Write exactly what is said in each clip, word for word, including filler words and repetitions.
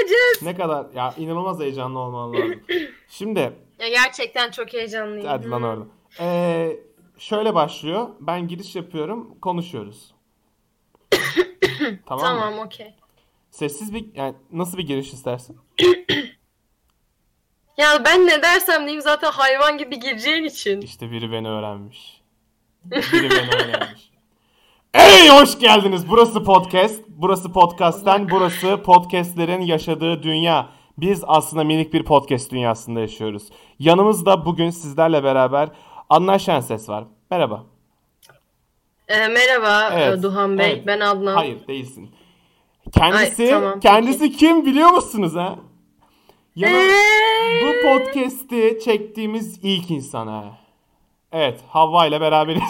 göreceğiz. Ne kadar ya, inanılmaz heyecanlı olman lazım. Şimdi. Ya gerçekten çok heyecanlıyım. Hadi lan orada. Ee, şöyle başlıyor. Ben giriş yapıyorum. Konuşuyoruz. Tamam mı? Tamam, okey. Sessiz bir, yani nasıl bir giriş istersin? Ya ben ne dersem diyeyim, zaten hayvan gibi gireceğin için. İşte biri beni öğrenmiş. Biri beni öğrenmiş. Ey hoş geldiniz. Burası podcast. Burası podcast'ten. Burası podcast'lerin yaşadığı dünya. Biz aslında minik bir podcast dünyasında yaşıyoruz. Yanımızda bugün sizlerle beraber Adnan Şenses var. Merhaba. E, merhaba Evet, Duhan Bey. evet. Ben Adnan. Hayır, değilsin. Kendisi Ay, tamam, kendisi peki. kim biliyor musunuz ha? Yanım, Eee? bu podcast'i çektiğimiz ilk insan ha. Evet, Havva ile beraberiz.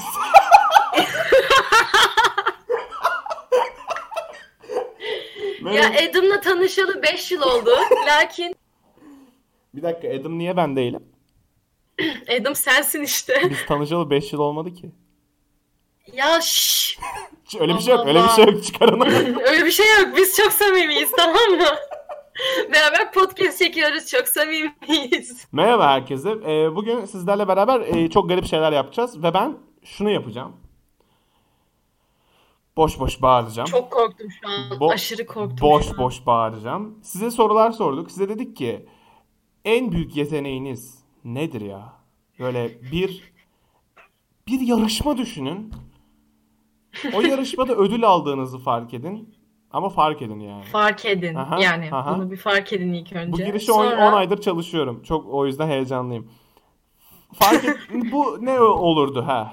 Ya Adam'la tanışalı beş yıl oldu. Lakin Bir dakika, Adam niye ben değilim? Adam sensin işte. Biz tanışalı beş yıl olmadı ki. Ya şşş. Öyle bir şey yok, öyle bir şey yok, çıkarın. Öyle bir şey yok. Biz çok samimiyiz, tamam mı? Beraber podcast çekiyoruz. Çok samimiyiz. Merhaba herkese. Ee, bugün sizlerle beraber e, çok garip şeyler yapacağız ve ben şunu yapacağım. Boş boş bağıracağım. Çok korktum şu an. Bo- Aşırı korktum Boş şu an. boş bağıracağım. Size sorular sorduk. Size dedik ki en büyük yeteneğiniz nedir ya? Böyle bir bir yarışma düşünün. O yarışmada ödül aldığınızı fark edin. Ama fark edin yani. Fark edin. Aha, yani aha. bunu bir fark edin ilk önce. Bu girişi on Sonra... aydır çalışıyorum. Çok, o yüzden heyecanlıyım. Fark et, bu ne olurdu ha?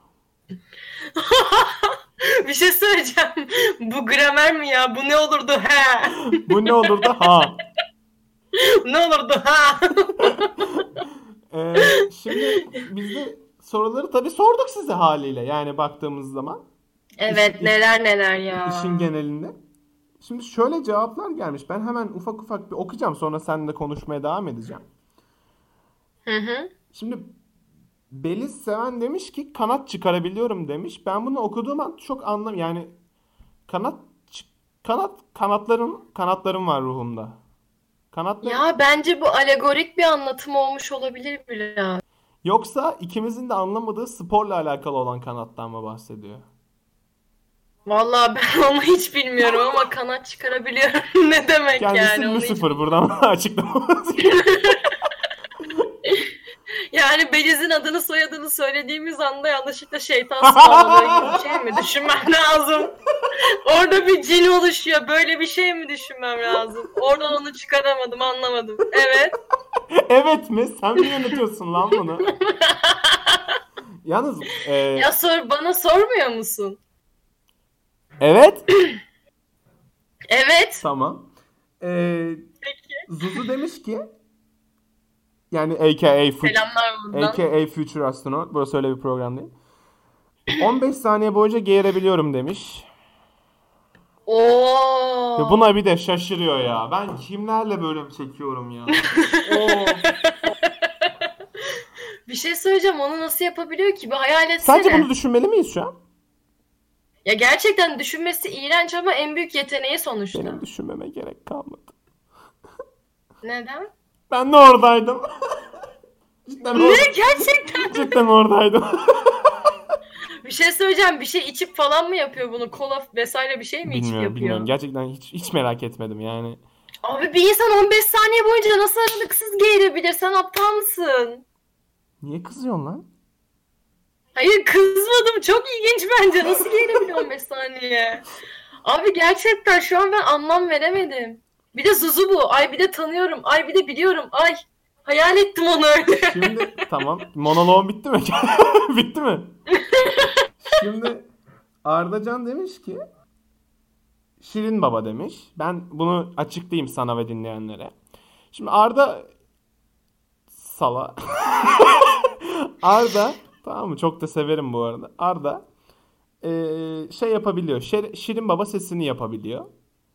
Bir şey söyleyeceğim. Bu gramer mi ya? Bu ne olurdu ha? Bu ne olurdu ha? Ne olurdu ha? Ee, şimdi biz de soruları tabii sorduk size haliyle. Yani baktığımız zaman. Evet, İş- neler neler ya. İşin genelinde. Şimdi şöyle cevaplar gelmiş. Ben hemen ufak ufak bir okuyacağım. Sonra seninle konuşmaya devam edeceğim. Hı hı. Şimdi Beliz Seven demiş ki kanat çıkarabiliyorum demiş. Ben bunu okuduğum an çok anlam yani kanat çı- kanat kanatlarım kanatlarım var ruhumda. Kanatlar Ya bence bu alegorik bir anlatım olmuş olabilir biraz. yoksa ikimizin de anlamadığı sporla alakalı olan kanattan mı bahsediyor? Vallahi ben onu hiç bilmiyorum ama kanat çıkarabiliyorum. Ne demek Kendisi yani? Onu hiç... Lucifer buradan açıklaması. Yani Beliz'in adını soyadını söylediğimiz anda yanlışlıkla şeytan spawnlanıyor gibi bir şey mi düşünmem lazım? Orada bir cin oluşuyor. Böyle bir şey mi düşünmem lazım? Oradan onu çıkaramadım, anlamadım. Evet. Evet mi? Sen mi yönetiyorsun lan bunu? Yalnız e, Ya sor, bana sormuyor musun? evet. Evet. Tamam. Ee, Peki. Zuzu demiş ki yani A K A Fut- Selamlar buradan. A K A Future Astronaut. Burası öyle bir program değil. on beş saniye boyunca geğirebiliyorum demiş. Oo. Ve buna bir de şaşırıyor ya. Ben kimlerle bölüm çekiyorum ya. Oo. Bir şey söyleyeceğim. Onu nasıl yapabiliyor ki? Bir hayal etsene. Sence bunu düşünmeli miyiz şu an? Ya gerçekten düşünmesi iğrenç ama en büyük yeteneği sonuçta. Benim düşünmeme gerek kalmadı. Neden? Ben de oradaydım. Cidden Ne? or- Gerçekten? Cidden oradaydım. Bir şey söyleyeceğim. Bir şey içip falan mı yapıyor bunu? Kola vesaire bir şey mi içip Bilmiyorum, yapıyor? bilmiyorum. Gerçekten hiç hiç merak etmedim yani. Abi bir insan on beş saniye boyunca nasıl aralıksız geğirebilir? Sen aptal mısın? Niye kızıyorsun lan? Hayır, kızmadım. Çok ilginç bence. Nasıl geğirebilir on beş saniye? Abi gerçekten şu an ben anlam veremedim. Bir de Zuzu bu. Ay bir de tanıyorum. Ay bir de biliyorum. Ay hayal ettim onu öyle. Şimdi tamam. Monoloğum bitti mi? Bitti mi? Şimdi Ardacan demiş ki Şirin Baba demiş. Ben bunu açıklayayım sana ve dinleyenlere. Şimdi Arda Sala Arda, tamam mı? Çok da severim bu arada. Arda ee, şey yapabiliyor. Şer- Şirin Baba sesini yapabiliyor.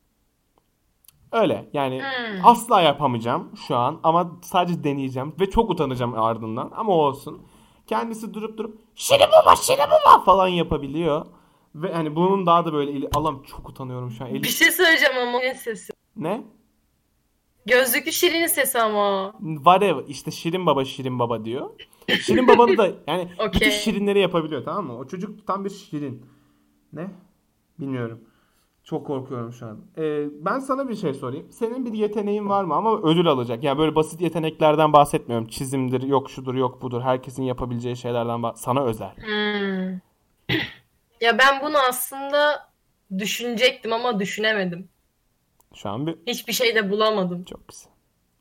Öyle yani Hmm. asla yapamayacağım şu an ama sadece deneyeceğim ve çok utanacağım ardından ama olsun. Kendisi durup durup Şirin Baba Şirin Baba falan yapabiliyor. Ve hani bunun daha da böyle eli... Allah'ım çok utanıyorum şu an. Eli... Bir şey söyleyeceğim ama ne sesi? Ne? Gözlüklü Şirin'in sesi ama. Whatever. İşte Şirin Baba Şirin Baba diyor. Şirin Baba'nı da yani bütün Okey. şirinleri yapabiliyor, tamam mı? O çocuk tam bir şirin. Ne? Bilmiyorum. Çok korkuyorum şu an. Ee, ben sana bir şey sorayım. Senin bir yeteneğin var mı ama ödül alacak. Yani böyle basit yeteneklerden bahsetmiyorum. Çizimdir, yok şudur, yok budur. Herkesin yapabileceği şeylerden bah- sana özel. Hmm. Ya ben bunu aslında düşünecektim ama düşünemedim. Şu an bir Hiçbir şey de bulamadım. çok güzel.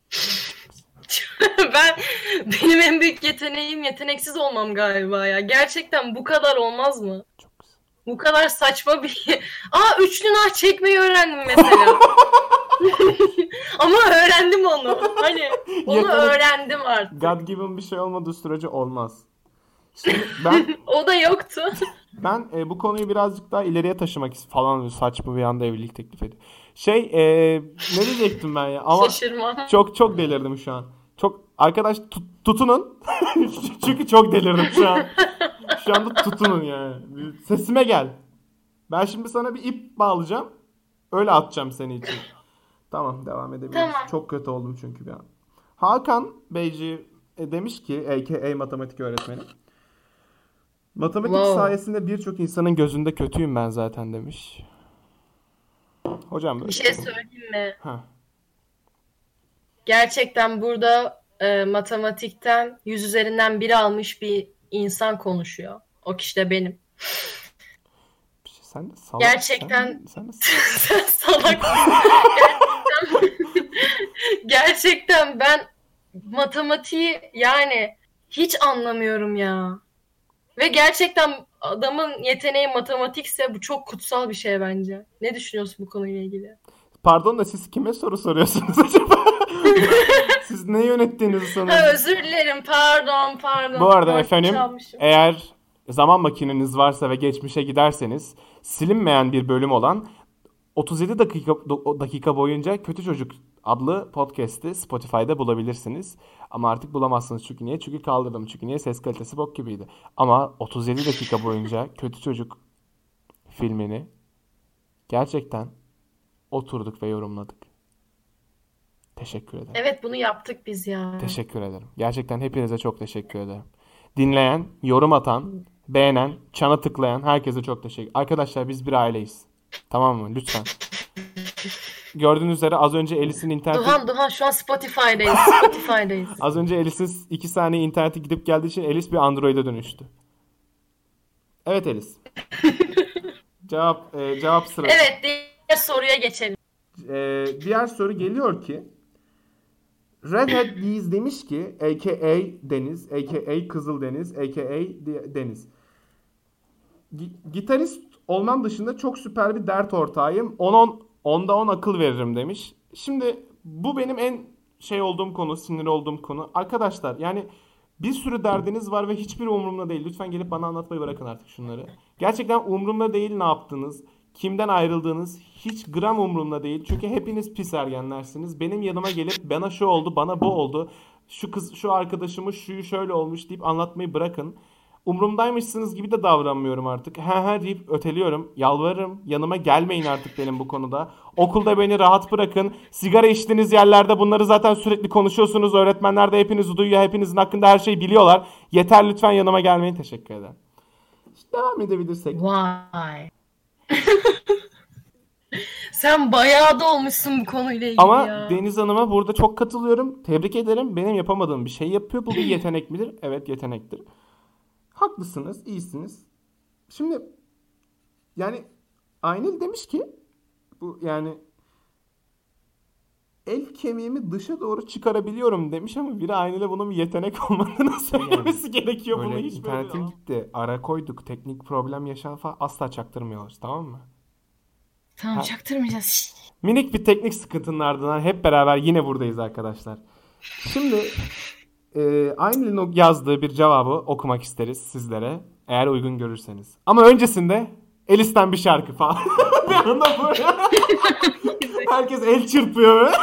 Ben benim en büyük yeteneğim yeteneksiz olmam galiba ya. Gerçekten bu kadar olmaz mı? Çok güzel. Bu kadar saçma bir... Aa üçlü nar çekmeyi öğrendim mesela. Ama öğrendim onu. Hani onu Yetenek- öğrendim artık. God given bir şey olmadığı sürece olmaz. Şimdi ben O da yoktu. ben e, bu konuyu birazcık daha ileriye taşımak istiyorum falan, saçma bir anda evlilik teklif ediyor. Şey e, ne diyecektim ben ya ama Şaşırmam. çok çok delirdim şu an. Çok arkadaş tut- tutunun. Çünkü çok delirdim şu an. Şu anda tutunun yani. Sesime gel. Ben şimdi sana bir ip bağlayacağım. Öyle atacağım seni için. Tamam, devam edebiliriz. Tamam. Çok kötü oldum çünkü bir an. Hakan Beyci e, demiş ki A K A matematik öğretmeni. Matematik Wow. sayesinde birçok insanın gözünde kötüyüm ben zaten demiş. Hocam böyle. Bir şey söyleyeyim mi? Ha. Gerçekten burada e, matematikten yüz üzerinden bir almış bir insan konuşuyor. O kişi de benim. Bir şey- Sen de salak. Gerçekten- Sen, sen de Sen salak. Gerçekten, gerçekten ben matematiği yani hiç anlamıyorum ya. Ve gerçekten adamın yeteneği matematikse bu çok kutsal bir şey bence. Ne düşünüyorsun bu konuyla ilgili? Pardon da siz kime soru soruyorsunuz acaba? Siz ne yönettiğinizi Ha, sanıyorsunuz? özür dilerim. Pardon, pardon. Bu arada Pardon, efendim, çalmışım. eğer zaman makineniz varsa ve geçmişe giderseniz silinmeyen bir bölüm olan otuz yedi dakika do- dakika boyunca Kötü Çocuk adlı podcast'i Spotify'da bulabilirsiniz. Ama artık bulamazsınız çünkü niye? Çünkü kaldırdım. Çünkü niye? Ses kalitesi bok gibiydi. Ama otuz yedi dakika boyunca Kötü Çocuk filmini gerçekten oturduk ve yorumladık. Teşekkür ederim. Evet, bunu yaptık biz ya. Teşekkür ederim. Gerçekten hepinize çok teşekkür ederim. Dinleyen, yorum atan, beğenen, çana tıklayan herkese çok teşekkür. Arkadaşlar biz bir aileyiz. Tamam mı? Lütfen. Gördüğünüz üzere az önce Elis'in interneti Duhan Duhan şu an Spotify'dayız. Spotify'dayız. az önce Elis'in iki saniye interneti gidip geldiği için Elis bir Android'e dönüştü. Evet Elis. Cevap e, cevap sırası. Evet, diğer soruya geçelim. Ee, diğer soru geliyor ki Redhead Bees demiş ki A K A Deniz, A K A Kızıl Deniz, A K A Di- Deniz. Gi- gitarist olmam dışında çok süper bir dert ortağıyım. on on onda on akıl veririm demiş. Şimdi bu benim en şey olduğum konu, sinir olduğum konu. Arkadaşlar yani bir sürü derdiniz var ve hiçbiri umurumda değil. Lütfen gelip bana anlatmayı bırakın artık şunları. Gerçekten umurumda değil ne yaptınız. Kimden ayrıldığınız hiç gram umurumda değil. Çünkü hepiniz pis ergenlersiniz. Benim yanıma gelip bana şu oldu, bana bu oldu. Şu kız, şu arkadaşımı şuyu şöyle olmuş deyip anlatmayı bırakın. Umurumdaymışsınız gibi de davranmıyorum artık. He he deyip öteliyorum. Yalvarırım. Yanıma gelmeyin artık benim bu konuda. Okulda beni rahat bırakın. Sigara içtiğiniz yerlerde bunları zaten sürekli konuşuyorsunuz. Öğretmenler de hepinizi duyuyor. Hepinizin hakkında her şeyi biliyorlar. Yeter lütfen yanıma gelmeyin. Teşekkür ederim. İşte devam edebilirsek. Vay. Sen bayağı da olmuşsun bu konuyla ilgili Ama ya. Deniz Hanım'a burada çok katılıyorum. Tebrik ederim. Benim yapamadığım bir şey yapıyor. Bu bir yetenek midir? Evet, yetenektir. Haklısınız, iyisiniz. Şimdi yani Aynel demiş ki bu yani el kemiğimi dışa doğru çıkarabiliyorum demiş ama biri Aynel'e bunun bir yetenek olmadığını söylemesi gerekiyor. Bunu Böyle şey hiç internetim böyle gitti. Ara koyduk. Teknik problem yaşanan falan asla çaktırmıyoruz, tamam mı? Tamam, Ha. çaktırmayacağız. Şşt. Minik bir teknik sıkıntının ardından hep beraber yine buradayız arkadaşlar. Şimdi e, Aynel'in o yazdığı bir cevabı okumak isteriz sizlere. Eğer uygun görürseniz. Ama öncesinde Elis'ten bir şarkı falan. Bir anda böyle. Herkes el çırpıyor böyle.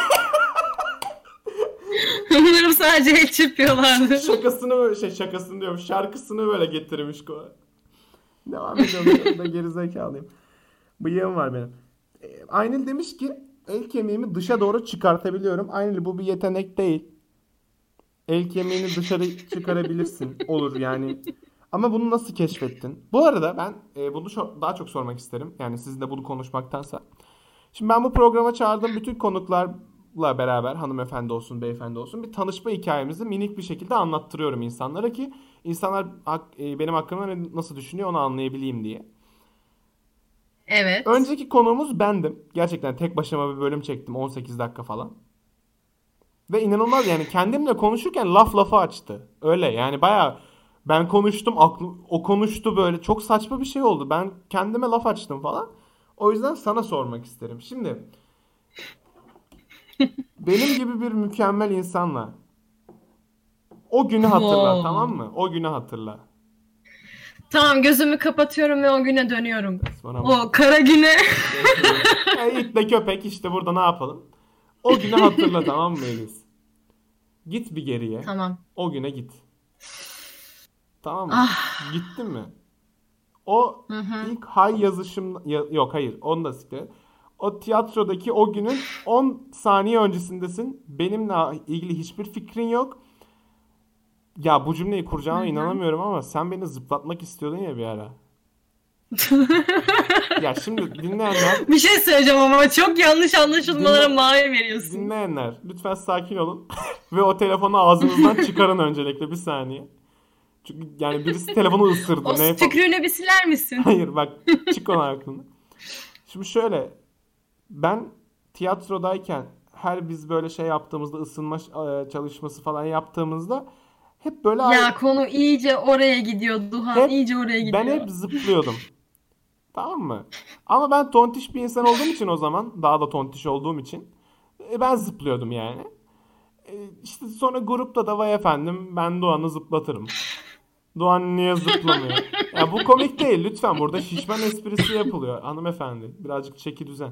Umarım sadece el çırpıyorlardı. Şakasını böyle şey şakasını diyorum. Şarkısını böyle getirmiş ko. Devam ediyorum. Ben de gerizekalıyım. Bıyığım var benim. E, Aynel demiş ki el kemiğimi dışa doğru çıkartabiliyorum. Aynı bu bir yetenek değil. El kemiğini dışarı çıkarabilirsin. Olur yani. Ama bunu nasıl keşfettin? Bu arada ben e, bunu şo- daha çok sormak isterim. Yani sizinle bunu konuşmaktansa. Şimdi ben bu programa çağırdığım bütün konuklarla beraber hanımefendi olsun, beyefendi olsun bir tanışma hikayemizi minik bir şekilde anlattırıyorum insanlara ki insanlar hak- e, benim hakkımda ne- nasıl düşünüyor onu anlayabileyim diye. Evet. Önceki konuğumuz bendim. Gerçekten tek başıma bir bölüm çektim on sekiz dakika falan. Ve inanılmaz yani kendimle konuşurken laf lafa açtı. Öyle yani bayağı ben konuştum aklım, o konuştu böyle çok saçma bir şey oldu. Ben kendime laf açtım falan. O yüzden sana sormak isterim. Şimdi benim gibi bir mükemmel insanla o günü hatırla tamam Wow. mı? O günü hatırla. Tamam, gözümü kapatıyorum ve o güne dönüyorum. Sonra O kara güne. ya it de köpek işte burada ne yapalım? O günü hatırla tamam mı Elis? Git bir geriye. Tamam. O güne git. Tamam mı? Ah. Gittin mi? O Hı hı. ilk hay yazışım ya- yok hayır onu da siktir. O tiyatrodaki o günün on saniye öncesindesin. Benimle ilgili hiçbir fikrin yok. Ya bu cümleyi Hı kuracağıma hı. inanamıyorum ama sen beni zıplatmak istiyordun ya bir ara. Ya şimdi dinleyenler Bir şey söyleyeceğim ama çok yanlış anlaşılmalara dinle, mahal veriyorsun. dinleyenler lütfen sakin olun. Ve o telefonu ağzınızdan çıkarın öncelikle bir saniye. Çünkü yani birisi telefonu ısırdı. O Ne yapalım? tükrüğünü bir siler misin? Hayır bak çık onu aklına. Şimdi şöyle ben tiyatrodayken her biz böyle şey yaptığımızda ısınma e, çalışması falan yaptığımızda hep böyle ay- Ya konu iyice oraya gidiyor Duhan. hep İyice oraya ben gidiyor. hep zıplıyordum. Tamam mı? Ama ben tontiş bir insan olduğum için o zaman daha da tontiş olduğum için e, ben zıplıyordum yani. E, işte sonra grupta da vay efendim ben Doğan'ı zıplatırım. Doğan niye zıplamıyor? Ya bu komik değil lütfen burada şişman esprisi yapılıyor hanımefendi. Birazcık çeki düzen.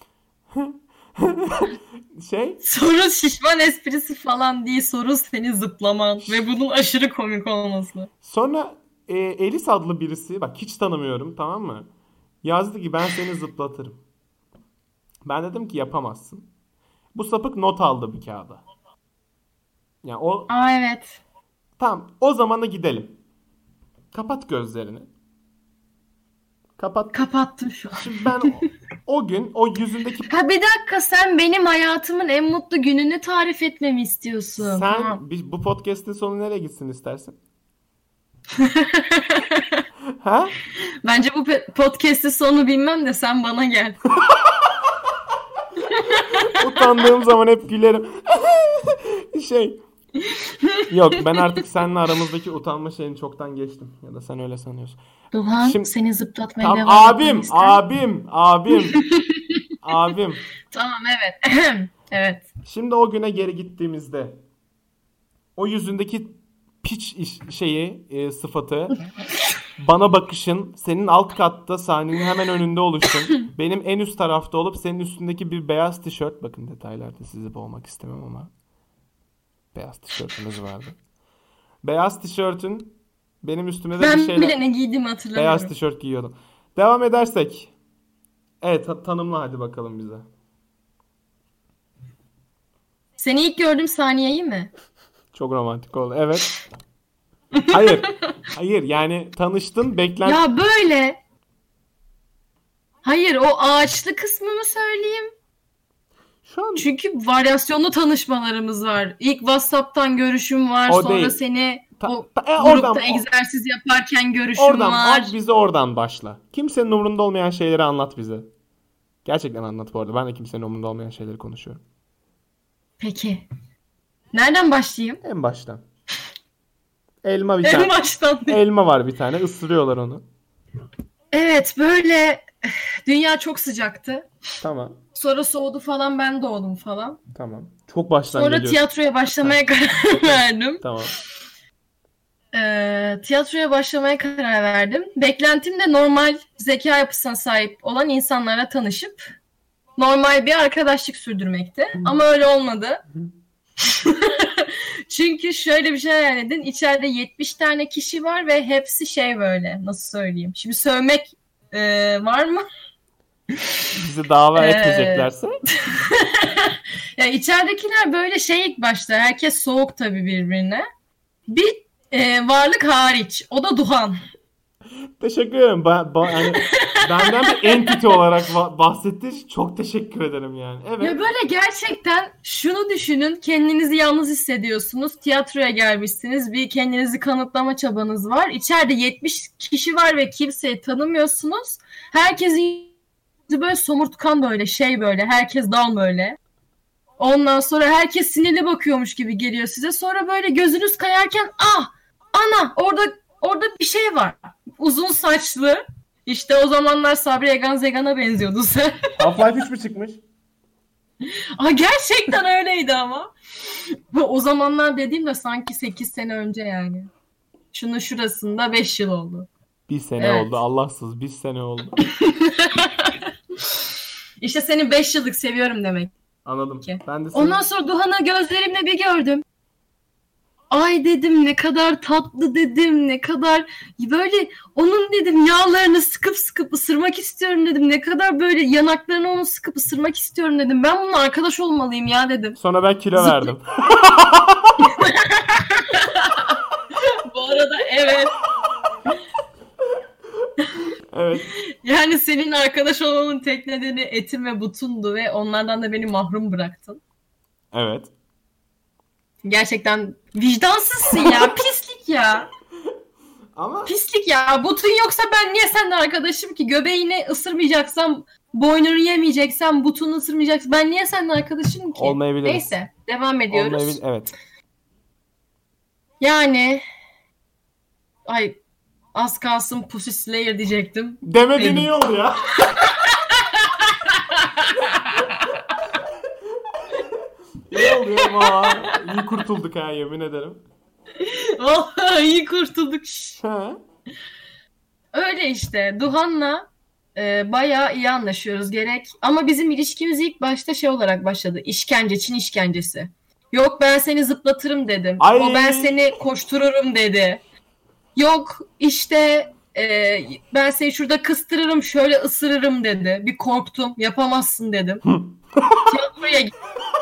Şey Soru şişman esprisi falan değil. Soru seni zıplaman ve bunun aşırı komik olması. sonra e, Elis adlı birisi bak hiç tanımıyorum tamam mı? Yazdı ki ben seni zıplatırım. Ben dedim ki yapamazsın. Bu sapık not aldı bir kağıda. Yani o Aa evet. tamam o zamana gidelim. Kapat gözlerini. Kapat. Kapattım şu an. Şimdi ben o, o gün o yüzündeki Ha bir dakika, sen benim hayatımın en mutlu gününü tarif etmemi istiyorsun. sen Tamam. bir- bu podcast'in sonu nereye gitsin istersin? Ha? Bence bu pe- podcast'in sonu bilmem de sen bana gel. Utandığım zaman hep gülerim. Şey. Yok ben artık seninle aramızdaki utanma şeyini çoktan geçtim. Ya da sen öyle sanıyorsun. Duhan Şimdi seni zıplatmaya tam devam etmemi abim, ister. abim, abim, abim. Tamam evet. Evet. Şimdi o güne geri gittiğimizde o yüzündeki piç iş, şeyi, e, sıfatı, bana bakışın, senin alt katta sahnenin hemen önünde oluşun, benim en üst tarafta olup senin üstündeki bir beyaz tişört, bakın detaylarda sizi boğmak istemem ama beyaz tişörtümüz vardı. Beyaz tişörtün benim üstüme de bir Ben şeyler bile ne giydiğimi beyaz hatırlamıyorum. tişört giyiyordum. Devam edersek. Evet ta- tanımla hadi bakalım bize. Seni ilk gördüğüm saniyeyi mi? Çok romantik oldu. Evet. Hayır. Hayır yani tanıştın beklent. Ya böyle. Hayır, o ağaçlı kısmımı söyleyeyim. Şu an Çünkü varyasyonlu tanışmalarımız var. İlk WhatsApp'tan görüşüm var. O Sonra değil. seni Ta- o ta- e, grupta oradan- egzersiz yaparken görüşüm oradan var. bak bize oradan başla. Kimsenin umurunda olmayan şeyleri anlat bize. Gerçekten anlat bu arada. Ben de kimsenin umurunda olmayan şeyleri konuşuyorum. Peki. Nereden başlayayım? En baştan. Elma bir En tane. baştan. değil. Elma var bir tane. Isırıyorlar onu. Evet, böyle dünya çok sıcaktı. Tamam. Sonra soğudu falan, ben doğdum falan. Tamam. Çok baştan Sonra geliyorsun. tiyatroya başlamaya karar verdim. Tamam. Ee, tiyatroya başlamaya karar verdim. Beklentim de normal zeka yapısına sahip olan insanlara tanışıp normal bir arkadaşlık sürdürmekti. Ama öyle olmadı. Çünkü şöyle bir şey hayal edin. İçeride yetmiş tane kişi var ve hepsi şey böyle. Nasıl söyleyeyim? Şimdi sövmek e, var mı? Bizi dava Ee, etmeyeceklerse. Ya içeridekiler böyle şey ilk başta. Herkes soğuk tabii birbirine. Bir e, varlık hariç. O da Duhan. Teşekkür ederim. Ba- ba- yani benden bir entity olarak va- bahsettiği için çok teşekkür ederim yani. Evet. Ya böyle gerçekten şunu düşünün. Kendinizi yalnız hissediyorsunuz. Tiyatroya gelmişsiniz. Bir kendinizi kanıtlama çabanız var. İçeride yetmiş kişi var ve kimseyi tanımıyorsunuz. Herkesin böyle somurtkan böyle şey böyle. Herkes dal böyle. Ondan sonra herkes sinirli bakıyormuş gibi geliyor size. Sonra böyle gözünüz kayarken ah ana orada orada bir şey var. Uzun saçlı. İşte o zamanlar Sabri Egan Zegan'a benziyordu sen. Half-Life üç mü çıkmış? Aa, gerçekten öyleydi ama. O zamanlar dediğim de sanki sekiz sene önce yani. Şunun şurasında beş yıl oldu. Bir sene Evet. oldu. Allahsız bir sene oldu. İşte seni beş yıllık seviyorum demek. Anladım. Ki. Ben de seni... Ondan sonra Duhan'ı gözlerimle bir gördüm. Ay dedim ne kadar tatlı dedim ne kadar böyle onun dedim yağlarını sıkıp sıkıp ısırmak istiyorum dedim. Ne kadar böyle yanaklarını onu sıkıp ısırmak istiyorum dedim. Ben bununla arkadaş olmalıyım ya dedim. Sonra ben kilo Zıplı- verdim. Bu arada evet. Evet. Yani senin arkadaş olmanın tek nedeni etim ve butundu ve onlardan da beni mahrum bıraktın. Evet. Gerçekten vicdansızsın ya. Pislik ya. Ama Pislik ya. Butun yoksa ben niye seninle arkadaşım ki? Göbeğini ısırmayacaksam, boynunu yemeyeceksem, butunu ısırmayacaksam ben niye seninle arkadaşım ki? olmayabiliriz. Neyse. Devam ediyoruz. Olmayabil- evet. Yani ay az kalsın Pussy Slayer diyecektim. Demediğin Dedim. iyi oldu ya. İyi oldu ya ama iyi kurtulduk ha yemin ederim. Oh, iyi kurtulduk. Ha. Öyle işte. Duhan'la e, bayağı iyi anlaşıyoruz gerek. Ama bizim ilişkimiz ilk başta şey olarak başladı. İşkence, Çin işkencesi. Yok ben seni zıplatırım dedim. Ay. O ben seni koştururum dedi. Yok işte e, ben seni şurada kıstırırım şöyle ısırırım dedi. Bir korktum yapamazsın dedim. Tiyatroya gittim.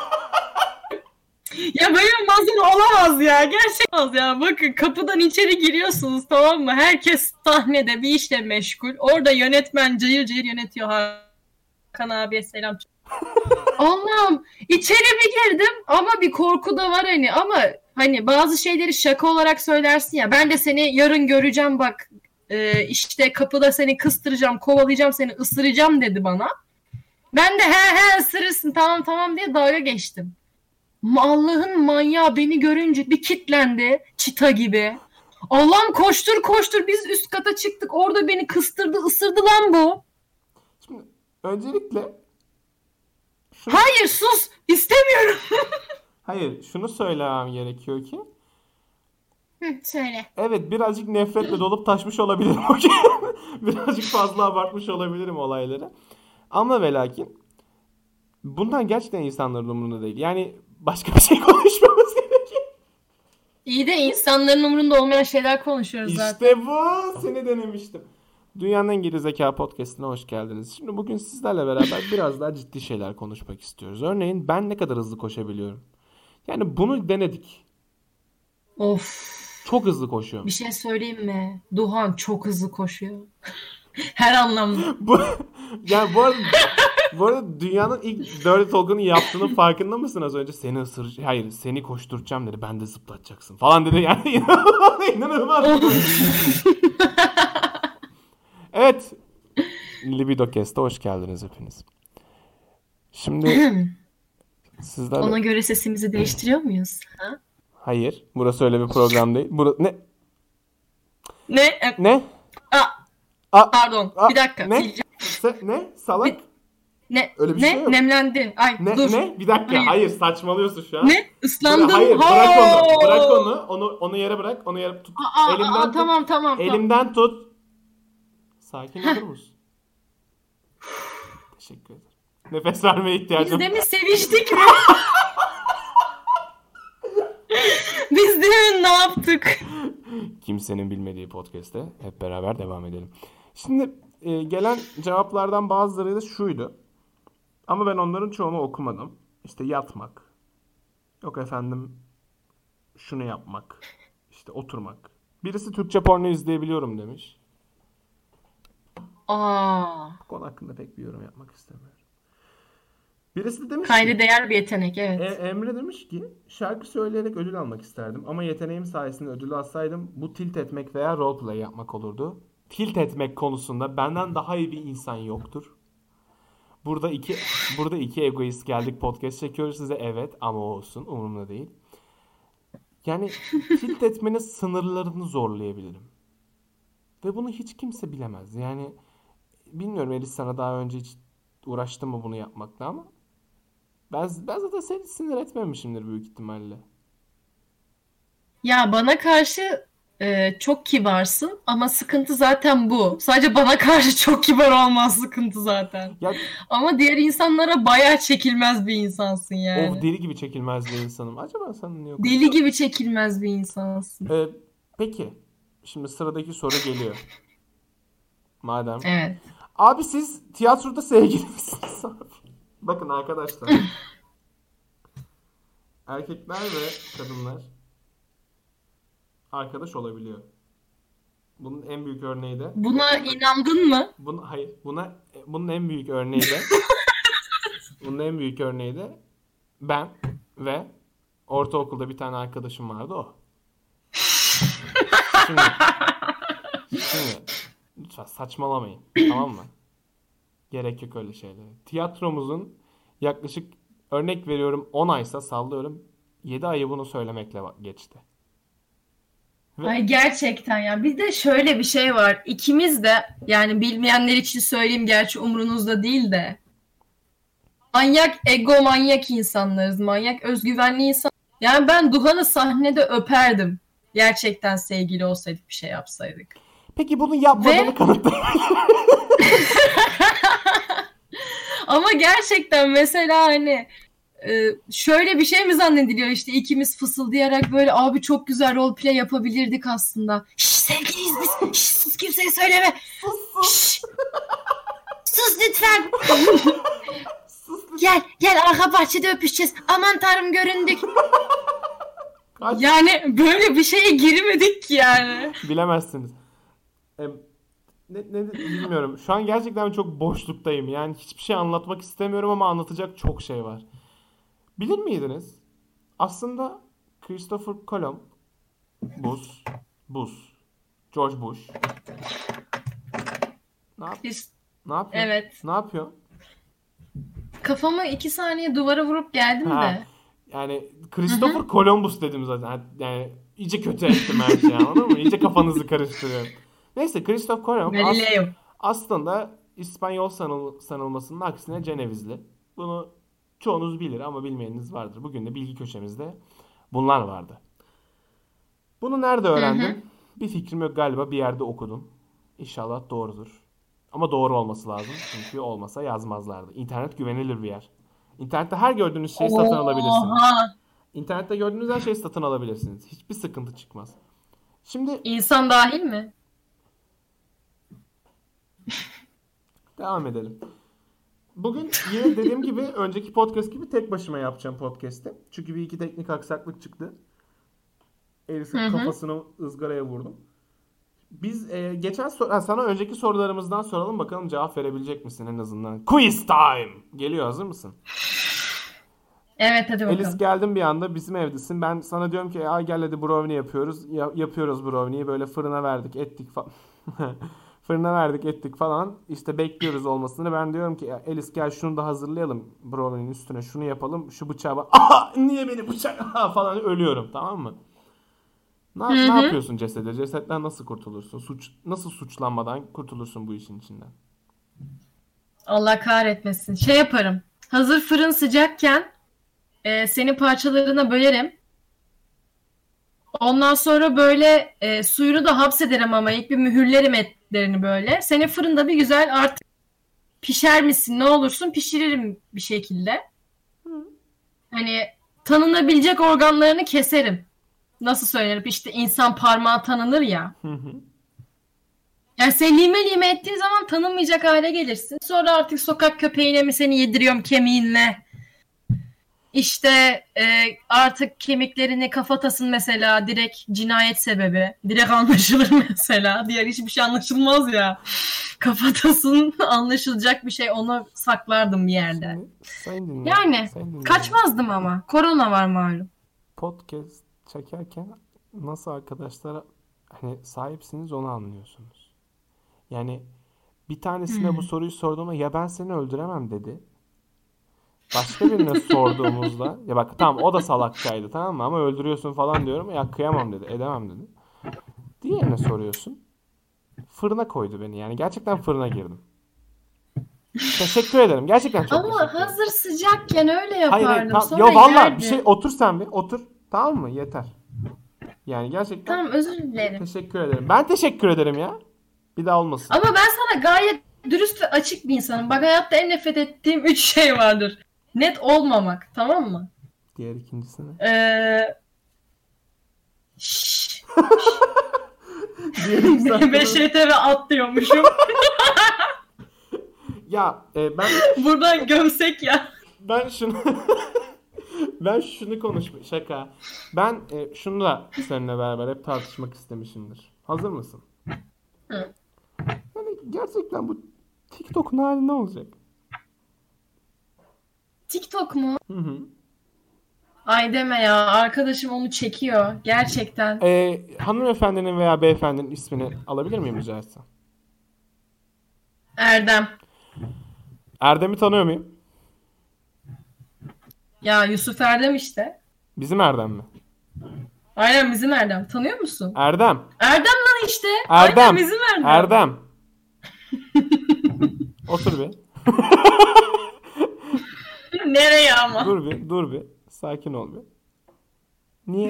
Ya böyle bir manzara olamaz ya. Gerçekten olmaz ya. Bakın kapıdan içeri giriyorsunuz tamam mı? Herkes sahnede bir işle meşgul. Orada yönetmen cayır cayır yönetiyor. Hakan abiye selam. Allah'ım içeri bir girdim ama bir korku da var hani ama hani bazı şeyleri şaka olarak söylersin ya. Ben de seni yarın göreceğim bak. Ee, işte kapıda seni kıstıracağım, kovalayacağım seni, ısıracağım dedi bana. Ben de he he ısırırsın tamam tamam diye dalga geçtim. Allah'ın manyağı beni görünce bir kitlendi çita gibi. Allah'ım koştur koştur biz üst kata çıktık orada beni kıstırdı ısırdı lan bu. Şimdi öncelikle şunu, Hayır sus istemiyorum. hayır şunu söylemem gerekiyor ki Hı, söyle. evet birazcık nefretle dolup taşmış olabilirim. Okey. Birazcık fazla abartmış olabilirim olayları. Ama ve lakin bunlar gerçekten insanların umurunda değil. Yani başka bir şey konuşmamız gerekiyor. İyi de insanların umurunda olmayan şeyler konuşuyoruz zaten. İşte bu. Seni denemiştim. Dünyanın en geri zeka podcast'ine hoş geldiniz. Şimdi bugün sizlerle beraber biraz daha ciddi şeyler konuşmak istiyoruz. Örneğin ben ne kadar hızlı koşabiliyorum. Yani bunu denedik. Of. Çok hızlı koşuyorum. Bir şey söyleyeyim mi? Duhan çok hızlı koşuyor. Her anlamda. Bu, yani bu arada, bu arada dünyanın ilk Dirty Talk'ını yaptığının farkında mısın az önce? Seni ısır, hayır seni koşturacağım dedi. Ben de zıplatacaksın falan dedi. Yani inanılmaz. inanılmaz. Evet. Libido Cast'a hoş geldiniz hepiniz. Şimdi sizlerle... Ona göre sesimizi değiştiriyor muyuz? Ha? Hayır. Burası öyle bir program değil. Bura... Ne? Ne? E, Ne? Aa, A... pardon. A... Bir dakika. Ne? Sileceğim. Se... Ne? Salak? Bir- Ne? Öyle bir ne? şey yok. Nemlendin. Ay Ne? dur. Ne? Bir dakika. Hayır. Hayır. saçmalıyorsun şu an. Ne? Islandım. Bıra- Hayır. Ha! Bırak onu. Bırak onu. Onu onu yere bırak. Onu yere tut. Aa, aa, Elimden aa, tut. tamam tamam. tamam. Elimden tut. Sakin olur musun? Teşekkür ederim. Nefes vermeye Biz ihtiyacım. demin seviştik mi? Biz demin ne yaptık? Kimsenin bilmediği podcast'te hep beraber devam edelim. Şimdi e, gelen cevaplardan bazıları da şuydu. Ama ben onların çoğunu okumadım. İşte yatmak. Yok efendim şunu yapmak. İşte oturmak. Birisi Türkçe porno izleyebiliyorum demiş. Aa, Bu konu hakkında pek bir yorum yapmak istemiyorum. Birisi de demiş kayda ki değer bir yetenek, e, evet. Emre demiş ki şarkı söyleyerek ödül almak isterdim. Ama yeteneğim sayesinde ödül alsaydım bu tilt etmek veya roleplay yapmak olurdu. Tilt etmek konusunda benden daha iyi bir insan yoktur. Burada iki burada iki egoist geldik podcast çekiyoruz size, evet, ama olsun umurumda değil. Yani tilt etmenin sınırlarını zorlayabilirim. Ve bunu hiç kimse bilemez. Yani bilmiyorum Elis, sana daha önce hiç uğraştın mı bunu yapmakla, ama ben, ben zaten seni sinir etmemişimdir büyük ihtimalle. Ya bana karşı e, çok kibarsın ama sıkıntı zaten bu. Sadece bana karşı çok kibar olmaz sıkıntı zaten. Ya Ama diğer insanlara bayağı çekilmez bir insansın of, yani. deli gibi çekilmez bir insanım. Acaba sana niye o kadar? Deli gibi çekilmez bir insansın. Ee, peki. Şimdi sıradaki soru geliyor. Madem. Evet. Abi siz tiyatroda sevgili misiniz abi? Bakın arkadaşlar. Erkekler ve kadınlar arkadaş olabiliyor. Bunun en büyük örneği de Buna inandın mı? bunu hayır buna bunun en büyük örneği de bunun en büyük örneği de ben ve ortaokulda bir tane arkadaşım vardı, o. Şimdi, şimdi lütfen saçmalamayın, tamam mı? Gerek yok öyle şeylere. Tiyatromuzun yaklaşık, örnek veriyorum, on aysa sallıyorum yedi ayı bunu söylemekle geçti. Ve Ay gerçekten ya. Bir de şöyle bir şey var. İkimiz de, yani bilmeyenler için söyleyeyim, gerçi umrunuzda değil de, manyak, ego manyak insanlarız. Manyak özgüvenli insan. Yani ben Duhan'ı sahnede öperdim. Gerçekten sevgili olsaydık, bir şey yapsaydık. peki bunu yapmadığını Ve kanıtlayın. ama gerçekten mesela hani e, şöyle bir şey mi zannediliyor, işte ikimiz fısıldayarak böyle abi çok güzel roleplay yapabilirdik aslında. Şşş, sevgiliyiz biz. Şşş, sus, kimseye söyleme. Şşş, sus lütfen. Gel gel arka bahçede öpüşeceğiz. Aman tanrım göründük. Kaç Yani böyle bir şeye girmedik ki yani. bilemezsiniz. E, ne, ne bilmiyorum. Şu an gerçekten çok boşluktayım. Yani hiçbir şey anlatmak istemiyorum ama anlatacak çok şey var. Bilir miydiniz? Aslında Christopher Columbus, Bus, George Bush. Ne yap? Biz, Ne yapıyor? evet. Ne yapıyor? Kafamı iki saniye duvara vurup geldim Ha, de. yani Hı Christopher hı. Columbus dedim zaten. Yani iyice kötü ettim her şeyi, anladın mı? İyice kafanızı karıştırıyorum. Neyse, Christopher Columbus as- Galileo. aslında İspanyol sanıl- sanılmasının aksine Cenevizli. Bunu çoğunuz bilir ama bilmeyeniniz vardır. Bugün de bilgi köşemizde bunlar vardı. Bunu nerede Hı hı. öğrendim? Bir fikrim yok, galiba bir yerde okudum. İnşallah doğrudur. Ama doğru olması lazım. Çünkü olmasa yazmazlardı. İnternet güvenilir bir yer. İnternette her gördüğünüz şeyi satın alabilirsiniz. Oha. İnternette gördüğünüz her şeyi satın alabilirsiniz. Hiçbir sıkıntı çıkmaz. Şimdi İnsan dahil mi? devam edelim. Bugün yine dediğim gibi önceki podcast gibi tek başıma yapacağım podcast'i. Çünkü bir iki teknik aksaklık çıktı. Elis'in Hı hı. kafasını ızgaraya vurdum. Biz e, geçen sor- ha, sana önceki sorularımızdan soralım, bakalım cevap verebilecek misin en azından. Quiz time! Geliyor, hazır mısın? Evet, hadi Elis, bakalım. geldim bir anda, bizim evdesin. Ben sana diyorum ki ay gel hadi brownie yapıyoruz. Ya- yapıyoruz brownie'yi, böyle fırına verdik ettik falan. Fırına verdik ettik falan. İşte bekliyoruz olmasını. Ben diyorum ki Elis gel şunu da hazırlayalım. Brownie'nin üstüne şunu yapalım. Şu bıçağı bak. Aha, niye beni bıçak? Aha, falan ölüyorum, tamam mı? Ne, Hı ne hı. yapıyorsun cesede? Cesetten nasıl kurtulursun? Suç, nasıl suçlanmadan kurtulursun bu işin içinden? Allah kahretmesin. Şey yaparım. Hazır fırın sıcakken e, seni parçalarına bölerim. Ondan sonra böyle e, suyunu da hapsederim ama ilk bir mühürlerim etlerini böyle. Seni fırında bir güzel artık pişer misin ne olursun pişiririm bir şekilde. Hani tanınabilecek organlarını keserim. Nasıl söylenir? İşte insan parmağı tanınır ya. Hı hı. Yani sen lime lime ettiğin zaman tanınmayacak hale gelirsin. Sonra artık sokak köpeğine mi seni yediriyorum kemiğinle? İşte e, artık kemiklerini kafatasın mesela, direkt cinayet sebebi. Direkt anlaşılır mesela. Diğer hiçbir şey anlaşılmaz ya. Kafatasın anlaşılacak bir şey, onu saklardım bir yerde. Sayın dinle, Yani sayın dinle. kaçmazdım ama. Korona var malum. Podcast çekerken nasıl arkadaşlara hani sahipsiniz onu anlıyorsunuz. Yani bir tanesine Hmm. bu soruyu sorduğumda ya ben seni öldüremem dedi. Başka birine sorduğumuzda ya bak tamam o da salakçaydı tamam mı ama öldürüyorsun falan diyorum ya kıyamam dedi edemem dedi. Diğerine soruyorsun. Fırına koydu beni yani gerçekten fırına girdim. Teşekkür ederim gerçekten çok teşekkür Ama ederim. hazır sıcakken öyle Hayır hayır yapardım. tamam. Sonra Yo valla yerdim. bir şey otur sen bir otur tamam mı yeter. Yani gerçekten Tamam, özür dilerim. teşekkür ederim. Ben teşekkür ederim ya. Bir daha olmasın. Ama ben sana gayet dürüst ve açık bir insanım. Bak, hayatta en nefret ettiğim üç şey vardır. Net olmamak, tamam mı? Diğer ikincisi ne? Ee... Şşş. Diğer ikisi Beş Y T V at diyormuşum. Ya e, ben Buradan gömsek ya. ben şunu ben şunu konuşma şaka. Ben e, şunu da seninle beraber hep tartışmak istemişimdir. Hazır mısın? Hı. Yani gerçekten bu TikTok'un hali ne olacak? TikTok mu? Hı hı. Ay deme ya. Arkadaşım onu çekiyor. Gerçekten. E, hanımefendinin veya beyefendinin ismini alabilir miyim rica etsem? Erdem. Erdem'i tanıyor muyum? Ya Yusuf Erdem işte. Bizim Erdem mi? Aynen bizim Erdem. Tanıyor musun? Erdem. Erdem lan işte. Erdem. Aynen bizim Erdem. Erdem. Otur bir. Nereye ama? Dur bir, dur bir. Sakin ol bir. Niye?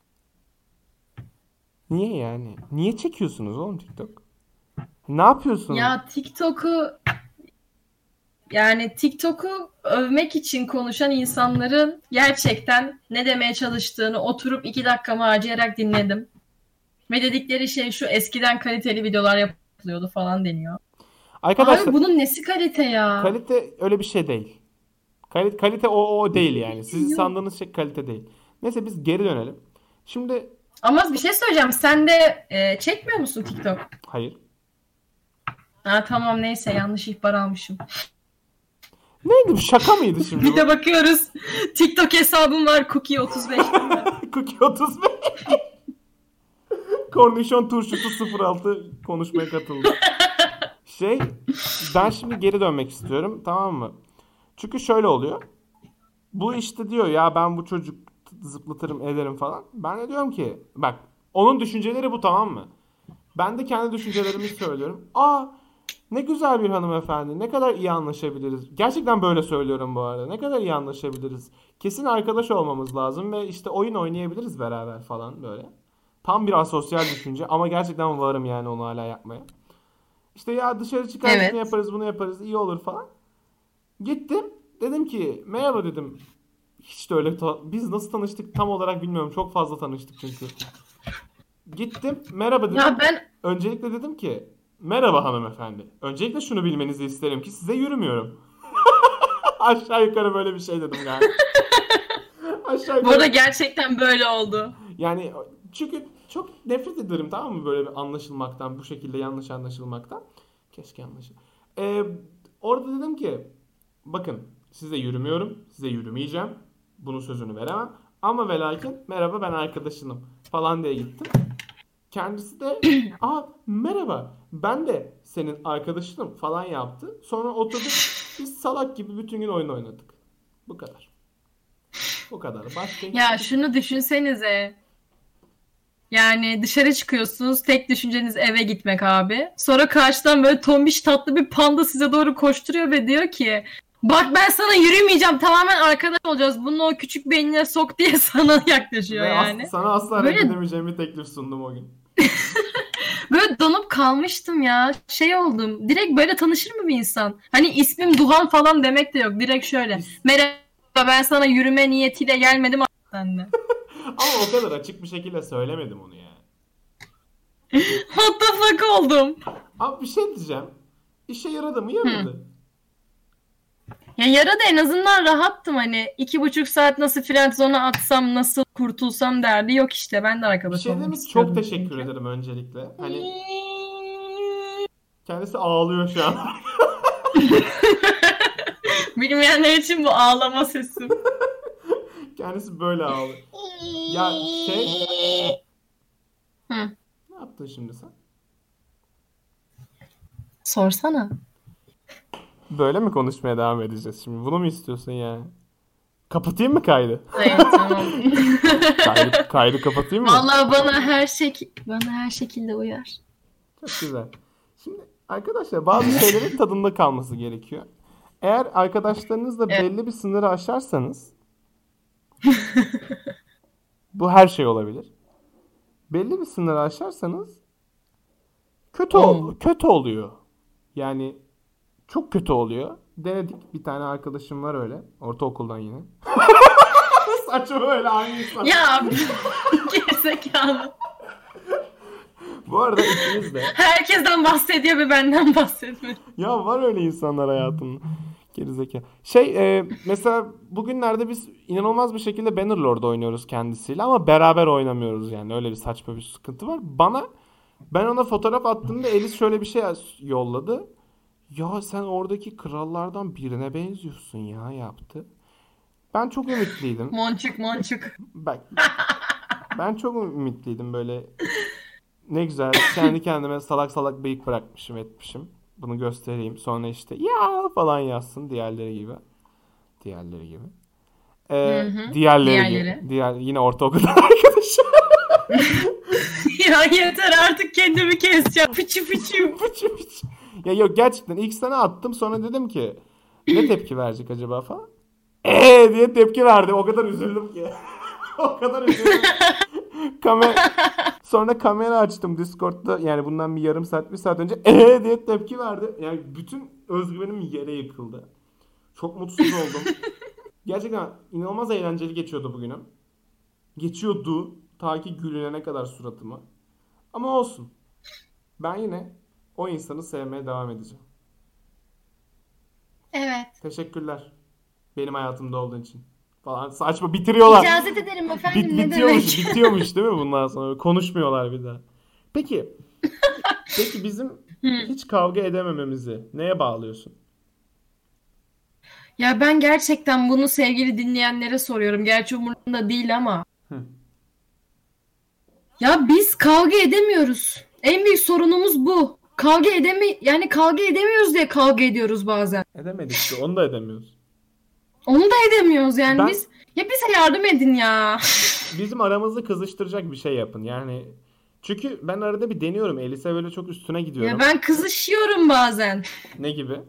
Niye yani? Niye çekiyorsunuz oğlum TikTok? Ne yapıyorsunuz? Ya TikTok'u yani TikTok'u övmek için konuşan insanların gerçekten ne demeye çalıştığını oturup iki dakikamı harcayarak dinledim. Ve dedikleri şey şu: eskiden kaliteli videolar yapılıyordu falan deniyor. Arkadaşlar Abi bunun nesi kalite ya? kalite öyle bir şey değil. Kalite, kalite o o değil yani. Sizin Yok. sandığınız şey kalite değil. Neyse biz geri dönelim. Şimdi Ama bir şey söyleyeceğim. Sen de e, çekmiyor musun TikTok? hayır. Ha tamam, neyse, yanlış ihbar almışım. Neydi bu? Şaka mıydı şimdi Bir bu? de bakıyoruz. TikTok hesabım var Cookie otuz beş. Cookie otuz beş. Kornişon turşusu sıfır altı konuşmaya katıldı. Şey, ben şimdi geri dönmek istiyorum, tamam mı? Çünkü şöyle oluyor. Bu işte diyor ya ben bu çocuk zıplatırım ederim falan. Ben de diyorum ki bak onun düşünceleri bu, tamam mı? Ben de kendi düşüncelerimi söylüyorum. Aa ne güzel bir hanımefendi. Ne kadar iyi anlaşabiliriz. Gerçekten böyle söylüyorum bu arada. Ne kadar iyi anlaşabiliriz. Kesin arkadaş olmamız lazım ve işte oyun oynayabiliriz beraber falan böyle. Tam bir asosyal düşünce ama gerçekten varım yani onu hala yapmaya. İşte ya dışarı çıkar Evet. şunu yaparız bunu yaparız iyi olur falan. Gittim dedim ki merhaba dedim. Hiç de öyle ta- biz nasıl tanıştık tam olarak bilmiyorum. Çok fazla tanıştık çünkü. Gittim merhaba dedim. Ya ben Öncelikle dedim ki merhaba hanımefendi. Öncelikle şunu bilmenizi isterim ki size yürümüyorum. Aşağı yukarı böyle bir şey dedim yani. Aşağı bu yukarı. arada gerçekten böyle oldu. Yani çünkü çok nefret ederim tamam mı böyle bir anlaşılmaktan, bu şekilde yanlış anlaşılmaktan. Keşke anlaşıl. Ee, orada dedim ki bakın size yürümüyorum, size yürümeyeceğim. Bunun sözünü veremem. Ama ve lakin merhaba ben arkadaşınım falan diye gittim. Kendisi de aa merhaba ben de senin arkadaşınım falan yaptı. Sonra oturduk biz salak gibi bütün gün oyun oynadık. Bu kadar. Bu kadar. Başka Ya şunu düşünsenize. Yani dışarı çıkıyorsunuz, tek düşünceniz eve gitmek abi. Sonra karşıdan böyle tombiş tatlı bir panda size doğru koşturuyor ve diyor ki bak ben sana yürümeyeceğim, tamamen arkadaş olacağız. Bunu o küçük beynine sok diye sana yaklaşıyor Ve yani. as- sana asla Böyle- reddedemeyeceğim bir teklif sundum o gün. Böyle donup kalmıştım ya. Şey oldum. Direkt böyle tanışır mı bir insan? Hani ismim Duhan falan demek de yok. Direkt şöyle. Merhaba ben sana yürüme niyetiyle gelmedim anne. Ama o kadar açık bir şekilde söylemedim onu yani. What the fuck oldum. Abi bir şey diyeceğim. İşe yaradı mı? Yaradı. Ya yaradı, en azından rahattım hani. iki buçuk saat nasıl friendzone'a atsam, nasıl kurtulsam derdi yok işte. Ben de Bir arkadaş şey olmak demek çok istiyordum teşekkür çünkü. ederim öncelikle. Hani kendisi ağlıyor şu an. Bilmeyenler için bu ağlama sesim. Kendisi böyle ağlıyor. Ya şey... Hı. Ne yaptın şimdi sen? Sorsana. Böyle mi konuşmaya devam edeceğiz şimdi? Bunu mu istiyorsun yani? Kapatayım mı kaydı? Hayır, tamam. Kaydı, kaydı kapatayım mı? Vallahi bana her şekil bana her şekilde uyar. Çok güzel. Şimdi arkadaşlar bazı şeylerin tadında kalması gerekiyor. Eğer arkadaşlarınızla Evet. belli bir sınırı aşarsanız bu her şey olabilir. Belli bir sınırı aşarsanız kötü ol- Hmm. kötü oluyor. Yani çok kötü oluyor. Denedik. Bir tane arkadaşım var öyle. Ortaokuldan yine. Saçma öyle aynı insan. Ya gerizekalı. Bu arada ikimiz de. Herkesten bahsediyor ve benden bahsetmiyor. Ya var öyle insanlar hayatında. Gerizekalı. Şey e, mesela bugünlerde biz inanılmaz bir şekilde Bannerlord oynuyoruz kendisiyle ama beraber oynamıyoruz yani. Öyle bir saçma bir sıkıntı var. Bana ben ona fotoğraf attığımda Elis şöyle bir şey yolladı. Ya sen oradaki krallardan birine benziyorsun ya yaptı. Ben çok ümitliydim. Monçuk monçuk. Bak ben çok ümitliydim böyle. Ne güzel kendi kendime salak salak bıyık bırakmışım etmişim. Bunu göstereyim. Sonra işte ya falan yazsın diğerleri gibi. Diğerleri gibi. Ee, Hı hı. diğerleri Diğerleri. gibi. Diğer, yine ortaokulda arkadaşım. Ya yeter artık, kendimi keseceğim. Fıçı fıçı. Fıçı fıçı. Ya yok gerçekten ilk sana attım sonra dedim ki ne tepki verecek acaba falan. Eee diye tepki verdi. O kadar üzüldüm ki. O kadar üzüldüm. Kamera Sonra kamera açtım Discord'da yani bundan bir yarım saat bir saat önce eee diye tepki verdi. Yani bütün özgüvenim yere yıkıldı. Çok mutsuz oldum. Gerçekten inanılmaz eğlenceli geçiyordu bugünüm. Geçiyordu ta ki gülünene kadar suratıma. Ama olsun. Ben yine o insanı sevmeye devam edeceğim. Evet. Teşekkürler. Benim hayatımda olduğun için. Falan saçma bitiriyorlar. İcazet ederim efendim, Bit, ne bitiyormuş, demek? bitiyormuş değil mi bundan sonra? Konuşmuyorlar bir daha. Peki, peki bizim hiç kavga edemememizi neye bağlıyorsun? Ya ben gerçekten bunu sevgili dinleyenlere soruyorum. Gerçi umurumda değil ama. Hı. Ya biz kavga edemiyoruz. En büyük sorunumuz bu. Kavga edemi yani kavga edemiyoruz diye kavga ediyoruz bazen. Edemedik de onu da edemiyoruz. Onu da edemiyoruz yani Ben- biz. Ya bize yardım edin ya. Bizim aramızı kızıştıracak bir şey yapın. Yani çünkü ben arada bir deniyorum. Elis'e böyle çok üstüne gidiyorum. Ya ben kızışıyorum bazen. Ne gibi?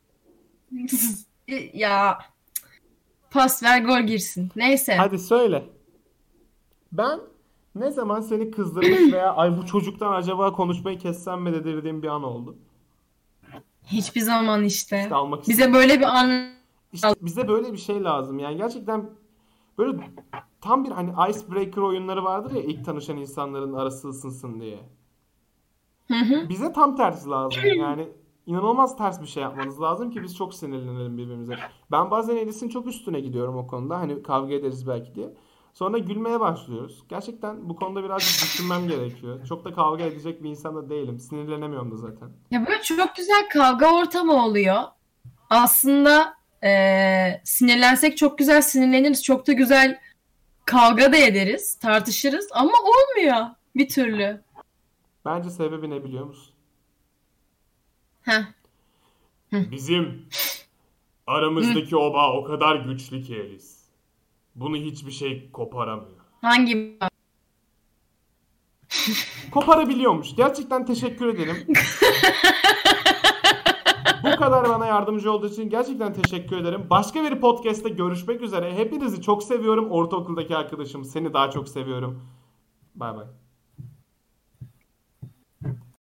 Ya pas ver gol girsin. Neyse. Hadi söyle. Ben ne zaman seni kızdırmış veya ay bu çocuktan acaba konuşmayı kessem mi dedirdiğim bir an oldu. Hiçbir zaman işte. İşte almak Bize böyle bir an İşte bize böyle bir şey lazım. Yani gerçekten böyle tam bir hani icebreaker oyunları vardır ya ilk tanışan insanların arası ısınsın diye. Hı hı. Bize tam tersi lazım. Yani inanılmaz ters bir şey yapmanız lazım ki biz çok sinirlenelim birbirimize. Ben bazen Elis'in çok üstüne gidiyorum o konuda. Hani kavga ederiz belki diye. Sonra gülmeye başlıyoruz. Gerçekten bu konuda birazcık düşünmem gerekiyor. Çok da kavga edecek bir insan da değilim. Sinirlenemiyorum da zaten. Ya böyle çok güzel kavga ortamı oluyor. Aslında eee, sinirlensek çok güzel sinirleniriz. Çok da güzel kavga da ederiz, tartışırız ama olmuyor bir türlü. Bence sebebi ne biliyor musun? Heh. Bizim aramızdaki o bağ o kadar güçlü ki Elis. Bunu hiçbir şey koparamıyor. Hangi? Koparabiliyormuş. Gerçekten teşekkür ederim. Bu kadar bana yardımcı olduğu için gerçekten teşekkür ederim. Başka bir podcast'te görüşmek üzere. Hepinizi çok seviyorum. Ortaokuldaki arkadaşım. Seni daha çok seviyorum. Bay bay.